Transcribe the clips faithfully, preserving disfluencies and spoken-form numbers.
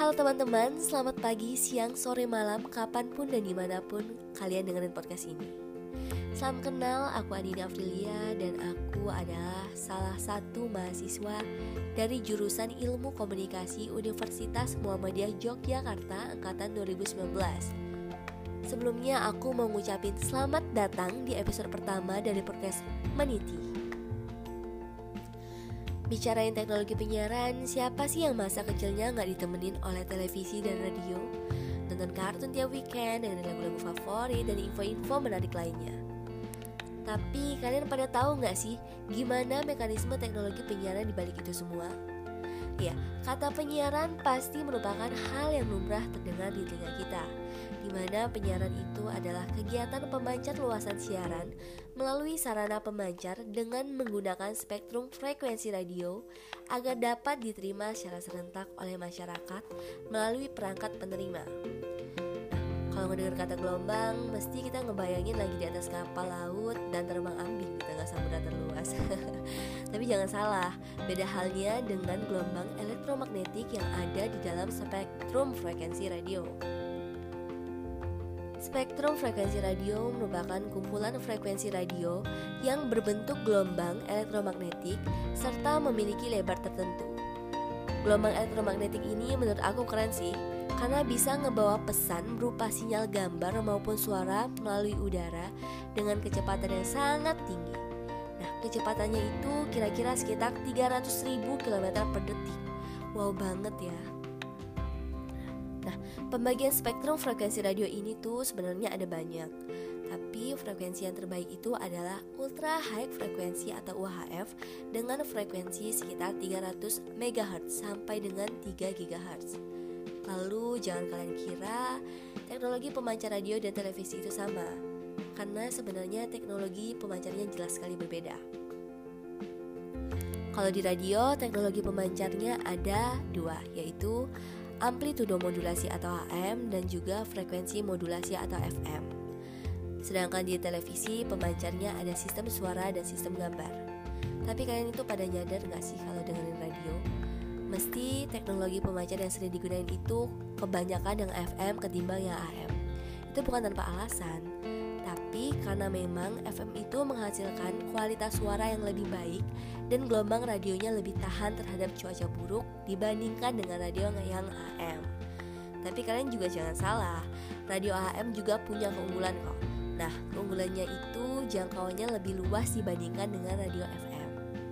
Halo teman-teman, selamat pagi, siang, sore, malam, kapanpun dan dimanapun kalian dengerin podcast ini. Salam kenal, aku Adina Afrilia dan aku adalah salah satu mahasiswa dari jurusan Ilmu Komunikasi Universitas Muhammadiyah Yogyakarta angkatan dua ribu sembilan belas. Sebelumnya aku mau ngucapin selamat datang di episode pertama dari podcast Meniti. Bicarain teknologi penyiaran, siapa sih yang masa kecilnya gak ditemenin oleh televisi dan radio? Nonton kartun tiap weekend dengan lagu-lagu favorit dan info-info menarik lainnya. Tapi kalian pada tahu gak sih gimana mekanisme teknologi penyiaran dibalik itu semua? Ya, kata penyiaran pasti merupakan hal yang lumrah terdengar di telinga kita, di mana penyiaran itu adalah kegiatan pemancar luasan siaran melalui sarana pemancar dengan menggunakan spektrum frekuensi radio agar dapat diterima secara serentak oleh masyarakat melalui perangkat penerima. Kalau ngedengar kata gelombang, mesti kita ngebayangin lagi di atas kapal laut dan terbang ambing di tengah samudra terluas. Tapi jangan salah, beda halnya dengan gelombang elektromagnetik yang ada di dalam spektrum frekuensi radio. Spektrum frekuensi radio merupakan kumpulan frekuensi radio yang berbentuk gelombang elektromagnetik serta memiliki lebar tertentu. Gelombang elektromagnetik ini menurut aku keren sih, karena bisa ngebawa pesan berupa sinyal gambar maupun suara melalui udara dengan kecepatan yang sangat tinggi. Nah, kecepatannya itu kira-kira sekitar tiga ratus ribu kilometer per detik. Wow banget ya. Nah, pembagian spektrum frekuensi radio ini tuh sebenarnya ada banyak. Tapi frekuensi yang terbaik itu adalah ultra high frekuensi atau U H F dengan frekuensi sekitar tiga ratus megahertz sampai dengan tiga gigahertz. Lalu jangan kalian kira teknologi pemancar radio dan televisi itu sama, karena sebenarnya teknologi pemancarnya jelas sekali berbeda. Kalau di radio, teknologi pemancarnya ada dua, yaitu amplitudo modulasi atau A M dan juga frekuensi modulasi atau F M. Sedangkan di televisi, pemancarnya ada sistem suara dan sistem gambar. Tapi kalian itu pada nyadar gak sih kalau dengerin radio? Mesti teknologi pemancar yang sering digunain itu kebanyakan yang F M ketimbang yang A M. Itu bukan tanpa alasan, tapi karena memang F M itu menghasilkan kualitas suara yang lebih baik dan gelombang radionya lebih tahan terhadap cuaca buruk dibandingkan dengan radio yang A M. Tapi kalian juga jangan salah, radio A M juga punya keunggulan kok. Nah, keunggulannya itu jangkauannya lebih luas dibandingkan dengan radio F M.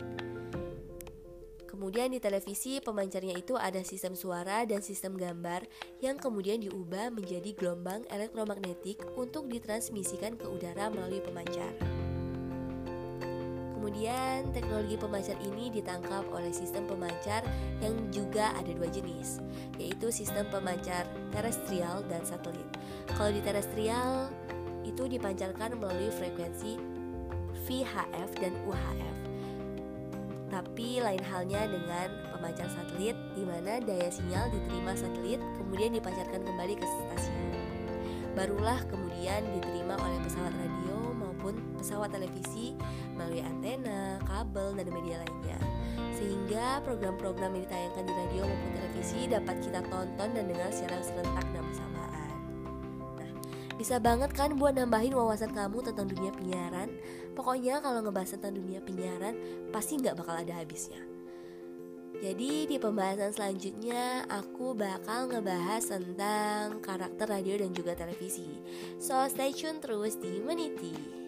Kemudian di televisi pemancarnya itu ada sistem suara dan sistem gambar yang kemudian diubah menjadi gelombang elektromagnetik untuk ditransmisikan ke udara melalui pemancar. Kemudian teknologi pemancar ini ditangkap oleh sistem pemancar yang juga ada dua jenis, yaitu sistem pemancar terestrial dan satelit. Kalau di terestrial itu dipancarkan melalui frekuensi V H F dan U H F. Tapi lain halnya dengan pemancar satelit, di mana daya sinyal diterima satelit kemudian dipancarkan kembali ke stasiun. Barulah kemudian diterima oleh pesawat radio maupun pesawat televisi melalui antena, kabel, dan media lainnya. Sehingga program-program yang ditayangkan di radio maupun televisi dapat kita tonton dan dengar secara serentak dan bersamaan. Nah, bisa banget kan buat nambahin wawasan kamu tentang dunia penyiaran. Pokoknya kalau ngebahas tentang dunia penyiaran pasti gak bakal ada habisnya. Jadi di pembahasan selanjutnya aku bakal ngebahas tentang karakter radio dan juga televisi. So stay tune terus di Meniti.